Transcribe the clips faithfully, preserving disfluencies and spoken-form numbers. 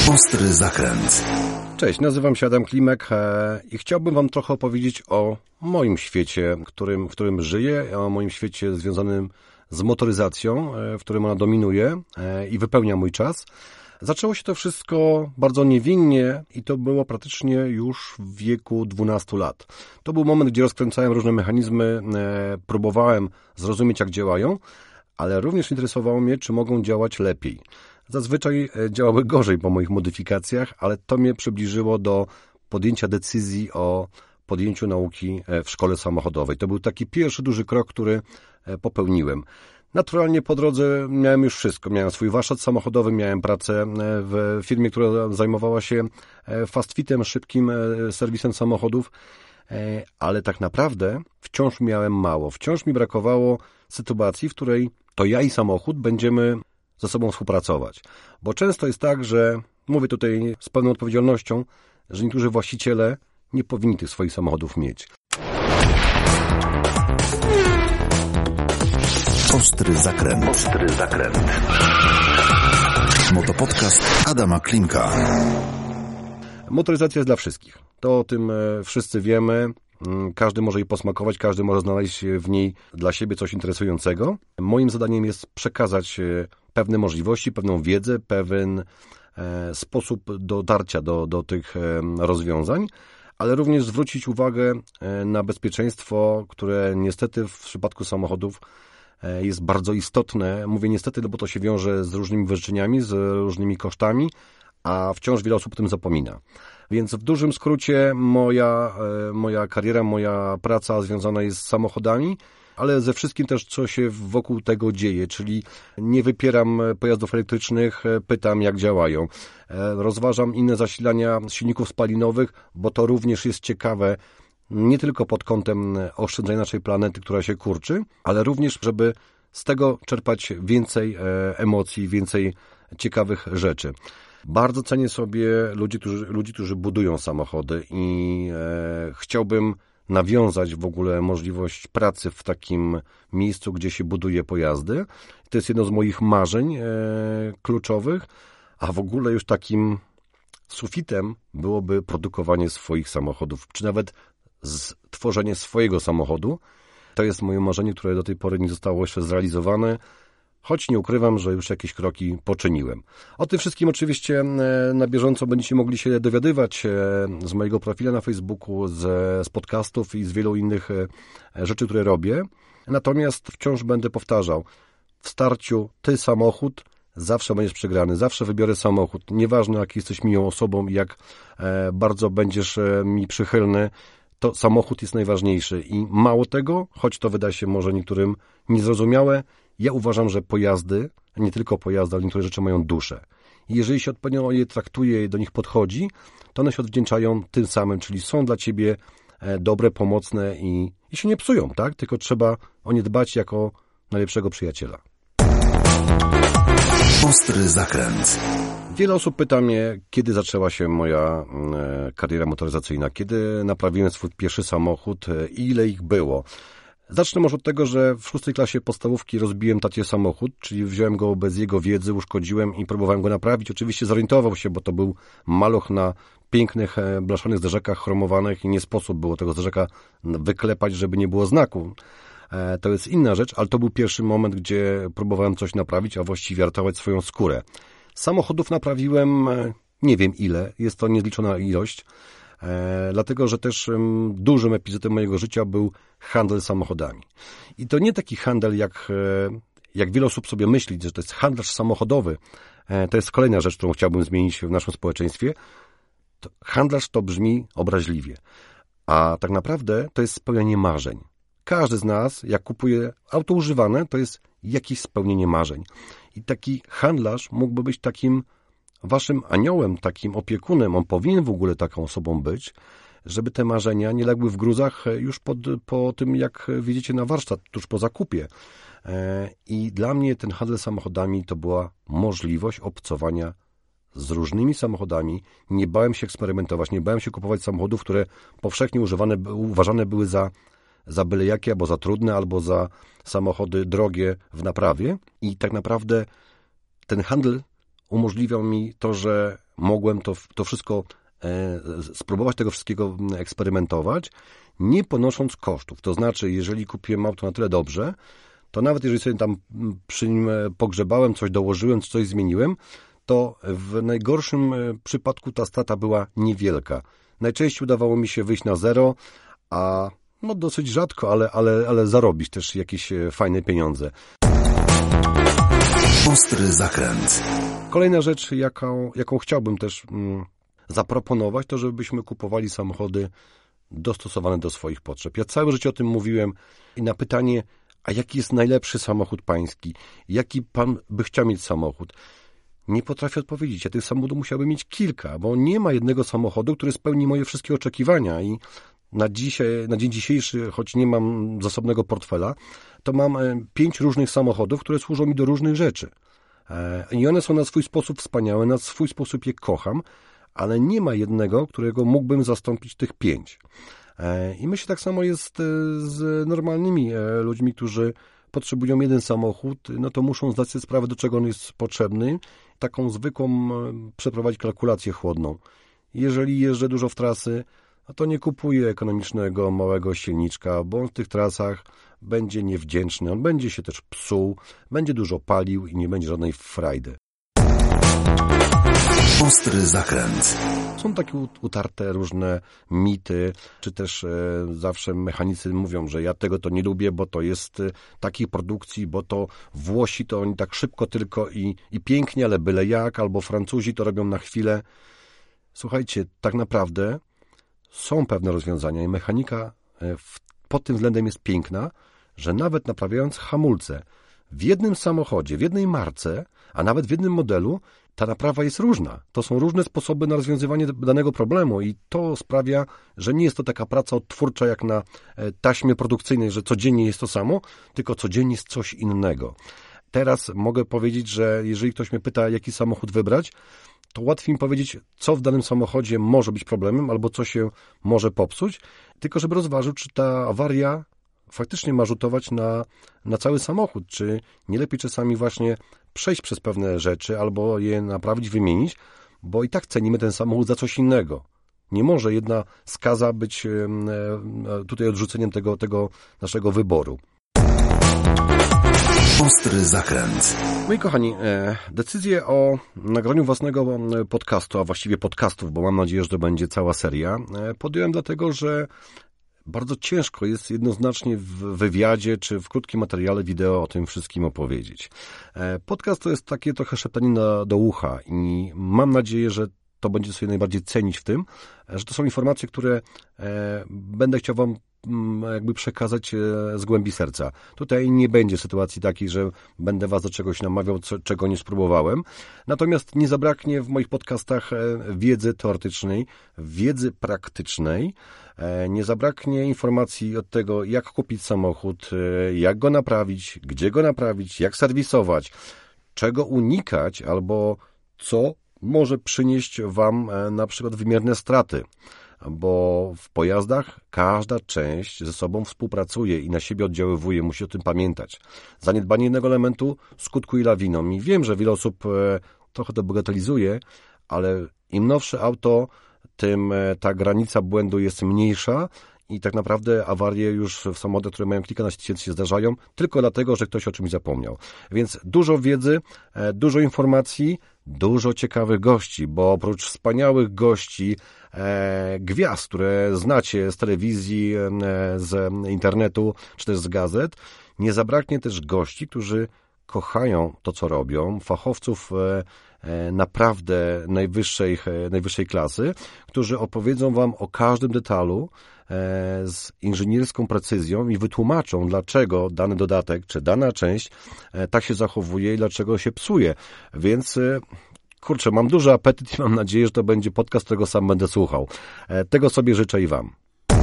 Ostry zakręt. Cześć, nazywam się Adam Klimek i chciałbym Wam trochę opowiedzieć o moim świecie, w którym, w którym żyję, o moim świecie związanym z motoryzacją, w którym ona dominuje i wypełnia mój czas. Zaczęło się to wszystko bardzo niewinnie i to było praktycznie już w wieku dwunastu lat. To był moment, gdzie rozkręcałem różne mechanizmy, próbowałem zrozumieć, jak działają, ale również interesowało mnie, czy mogą działać lepiej. Zazwyczaj działały gorzej po moich modyfikacjach, ale to mnie przybliżyło do podjęcia decyzji o podjęciu nauki w szkole samochodowej. To był taki pierwszy duży krok, który popełniłem. Naturalnie po drodze miałem już wszystko. Miałem swój warsztat samochodowy, miałem pracę w firmie, która zajmowała się fast fitem, szybkim serwisem samochodów, ale tak naprawdę wciąż miałem mało. Wciąż mi brakowało sytuacji, w której to ja i samochód będziemy ze sobą współpracować. Bo często jest tak, że, mówię tutaj z pełną odpowiedzialnością, że niektórzy właściciele nie powinni tych swoich samochodów mieć. Ostry zakręt. Ostry zakręt. Motopodcast Adama Klimka. Motoryzacja jest dla wszystkich. To o tym wszyscy wiemy. Każdy może jej posmakować, każdy może znaleźć w niej dla siebie coś interesującego. Moim zadaniem jest przekazać pewne możliwości, pewną wiedzę, pewien sposób dotarcia do, do tych rozwiązań, ale również zwrócić uwagę na bezpieczeństwo, które niestety w przypadku samochodów jest bardzo istotne. Mówię niestety, bo to się wiąże z różnymi wyrzeczeniami, z różnymi kosztami, a wciąż wiele osób o tym zapomina. Więc w dużym skrócie moja, moja kariera, moja praca związana jest z samochodami, ale ze wszystkim też, co się wokół tego dzieje, czyli nie wypieram pojazdów elektrycznych, pytam, jak działają. Rozważam inne zasilania silników spalinowych, bo to również jest ciekawe, nie tylko pod kątem oszczędzania naszej planety, która się kurczy, ale również, żeby z tego czerpać więcej emocji, więcej ciekawych rzeczy. Bardzo cenię sobie ludzi, którzy, ludzi, którzy budują samochody i e, chciałbym nawiązać w ogóle możliwość pracy w takim miejscu, gdzie się buduje pojazdy. To jest jedno z moich marzeń e, kluczowych, a w ogóle już takim sufitem byłoby produkowanie swoich samochodów, czy nawet stworzenie swojego samochodu. To jest moje marzenie, które do tej pory nie zostało jeszcze zrealizowane, choć nie ukrywam, że już jakieś kroki poczyniłem. O tym wszystkim oczywiście na bieżąco będziecie mogli się dowiadywać z mojego profila na Facebooku, z, z podcastów i z wielu innych rzeczy, które robię. Natomiast wciąż będę powtarzał, w starciu ty samochód, zawsze będziesz przegrany, zawsze wybiorę samochód. Nieważne, jak jesteś miłą osobą i jak bardzo będziesz mi przychylny, to samochód jest najważniejszy. I mało tego, choć to wyda się może niektórym niezrozumiałe, ja uważam, że pojazdy, nie tylko pojazdy, ale niektóre rzeczy mają duszę. I jeżeli się odpowiednio je traktuje i do nich podchodzi, to one się odwdzięczają tym samym, czyli są dla ciebie dobre, pomocne i, i się nie psują, tak? Tylko trzeba o nie dbać jako najlepszego przyjaciela. Ostry zakręt. Wiele osób pyta mnie, kiedy zaczęła się moja kariera motoryzacyjna, kiedy naprawiłem swój pierwszy samochód i ile ich było. Zacznę może od tego, że w szóstej klasie podstawówki rozbiłem tacie samochód, czyli wziąłem go bez jego wiedzy, uszkodziłem i próbowałem go naprawić. Oczywiście zorientował się, bo to był maluch na pięknych, blaszanych zderzakach chromowanych i nie sposób było tego zderzaka wyklepać, żeby nie było znaku. To jest inna rzecz, ale to był pierwszy moment, gdzie próbowałem coś naprawić, a właściwie ratować swoją skórę. Samochodów naprawiłem nie wiem ile, jest to niezliczona ilość. E, dlatego, że też um, dużym epizodem mojego życia był handel samochodami. I to nie taki handel, jak, e, jak wiele osób sobie myśli, że to jest handlarz samochodowy. E, to jest kolejna rzecz, którą chciałbym zmienić w naszym społeczeństwie. To handlarz to brzmi obraźliwie, a tak naprawdę to jest spełnianie marzeń. Każdy z nas, jak kupuje auto używane, to jest jakieś spełnienie marzeń. I taki handlarz mógłby być takim waszym aniołem, takim opiekunem, on powinien w ogóle taką osobą być, żeby te marzenia nie legły w gruzach już pod, po tym, jak wjedziecie na warsztat, tuż po zakupie. I dla mnie ten handel samochodami to była możliwość obcowania z różnymi samochodami. Nie bałem się eksperymentować, nie bałem się kupować samochodów, które powszechnie używane, uważane były za, za byle jakie, albo za trudne, albo za samochody drogie w naprawie. I tak naprawdę ten handel umożliwiał mi to, że mogłem to, to wszystko e, spróbować tego wszystkiego eksperymentować, nie ponosząc kosztów. To znaczy, jeżeli kupiłem auto na tyle dobrze, to nawet jeżeli sobie tam przy nim pogrzebałem, coś dołożyłem, coś zmieniłem, to w najgorszym przypadku ta strata była niewielka. Najczęściej udawało mi się wyjść na zero, a no dosyć rzadko, ale, ale, ale zarobić też jakieś fajne pieniądze. Ostry zakręt. Kolejna rzecz, jaką, jaką chciałbym też mm, zaproponować, to żebyśmy kupowali samochody dostosowane do swoich potrzeb. Ja całe życie o tym mówiłem i na pytanie, a jaki jest najlepszy samochód pański? Jaki pan by chciał mieć samochód? Nie potrafię odpowiedzieć. Ja tych samochodów musiałbym mieć kilka, bo nie ma jednego samochodu, który spełni moje wszystkie oczekiwania i na dzisiaj, na dzień dzisiejszy, choć nie mam zasobnego portfela, to mam pięć różnych samochodów, które służą mi do różnych rzeczy. I one są na swój sposób wspaniałe, na swój sposób je kocham, ale nie ma jednego, którego mógłbym zastąpić tych pięć. I myślę, tak samo jest z normalnymi ludźmi, którzy potrzebują jeden samochód, no to muszą zdać sobie sprawę, do czego on jest potrzebny. Taką zwykłą przeprowadzić kalkulację chłodną. Jeżeli jeżdżę dużo w trasy, no to nie kupuję ekonomicznego, małego silniczka, bo on w tych trasach będzie niewdzięczny, on będzie się też psuł, będzie dużo palił i nie będzie żadnej frajdy. Ostry zakręt. Są takie utarte różne mity, czy też e, zawsze mechanicy mówią, że ja tego to nie lubię, bo to jest e, takiej produkcji, bo to Włosi to oni tak szybko tylko i, i pięknie, ale byle jak, albo Francuzi to robią na chwilę. Słuchajcie, tak naprawdę są pewne rozwiązania i mechanika e, w, pod tym względem jest piękna, że nawet naprawiając hamulce w jednym samochodzie, w jednej marce, a nawet w jednym modelu, ta naprawa jest różna. To są różne sposoby na rozwiązywanie danego problemu i to sprawia, że nie jest to taka praca odtwórcza jak na taśmie produkcyjnej, że codziennie jest to samo, tylko codziennie jest coś innego. Teraz mogę powiedzieć, że jeżeli ktoś mnie pyta, jaki samochód wybrać, to łatwiej mi powiedzieć, co w danym samochodzie może być problemem albo co się może popsuć, tylko żeby rozważył, czy ta awaria faktycznie ma rzutować na, na cały samochód, czy nie lepiej czasami właśnie przejść przez pewne rzeczy albo je naprawić, wymienić, bo i tak cenimy ten samochód za coś innego. Nie może jedna skaza być tutaj odrzuceniem tego, tego naszego wyboru. Ostry zakręt. Moi kochani, decyzję o nagraniu własnego podcastu, a właściwie podcastów, bo mam nadzieję, że to będzie cała seria, podjąłem dlatego, że bardzo ciężko jest jednoznacznie w wywiadzie czy w krótkim materiale wideo o tym wszystkim opowiedzieć. Podcast to jest takie trochę szeptanina do ucha i mam nadzieję, że to będzie sobie najbardziej cenić w tym, że to są informacje, które będę chciał wam jakby przekazać z głębi serca. Tutaj nie będzie sytuacji takiej, że będę was do czegoś namawiał, co, czego nie spróbowałem. Natomiast nie zabraknie w moich podcastach wiedzy teoretycznej, wiedzy praktycznej. Nie zabraknie informacji od tego, jak kupić samochód, jak go naprawić, gdzie go naprawić, jak serwisować, czego unikać albo co może przynieść wam na przykład wymierne straty. Bo w pojazdach każda część ze sobą współpracuje i na siebie oddziaływuje, musi o tym pamiętać. Zaniedbanie jednego elementu skutkuje lawiną. I wiem, że wiele osób trochę to bagatelizuje, ale im nowsze auto, tym ta granica błędu jest mniejsza i tak naprawdę awarie już w samochodach, które mają kilkanaście tysięcy, się zdarzają tylko dlatego, że ktoś o czymś zapomniał. Więc dużo wiedzy, dużo informacji, dużo ciekawych gości, bo oprócz wspaniałych gości, e, gwiazd, które znacie z telewizji, e, z internetu, czy też z gazet, nie zabraknie też gości, którzy kochają to, co robią, fachowców e, e, naprawdę najwyższej, e, najwyższej klasy, którzy opowiedzą wam o każdym detalu e, z inżynierską precyzją i wytłumaczą, dlaczego dany dodatek, czy dana część e, tak się zachowuje i dlaczego się psuje. Więc e, kurczę, mam duży apetyt i mam nadzieję, że to będzie podcast, którego sam będę słuchał. E, tego sobie życzę i wam.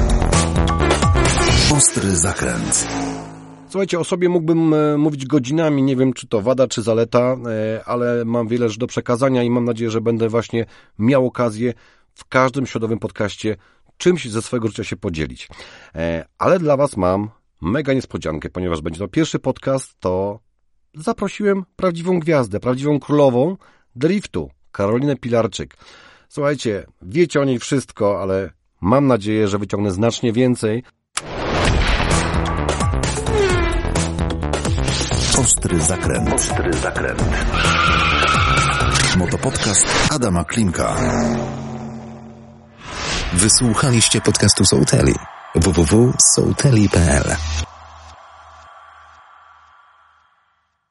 Ostry zakręt. Słuchajcie, o sobie mógłbym mówić godzinami, nie wiem czy to wada, czy zaleta, ale mam wiele rzeczy do przekazania i mam nadzieję, że będę właśnie miał okazję w każdym środowym podcaście czymś ze swojego życia się podzielić. Ale dla was mam mega niespodziankę, ponieważ będzie to pierwszy podcast, to zaprosiłem prawdziwą gwiazdę, prawdziwą królową driftu, Karolinę Pilarczyk. Słuchajcie, wiecie o niej wszystko, ale mam nadzieję, że wyciągnę znacznie więcej. Ostry zakręt. Ostry zakręt. Motopodcast Adama Klimka. Wysłuchaliście podcastu Souteli. w w w kropka souteli kropka p l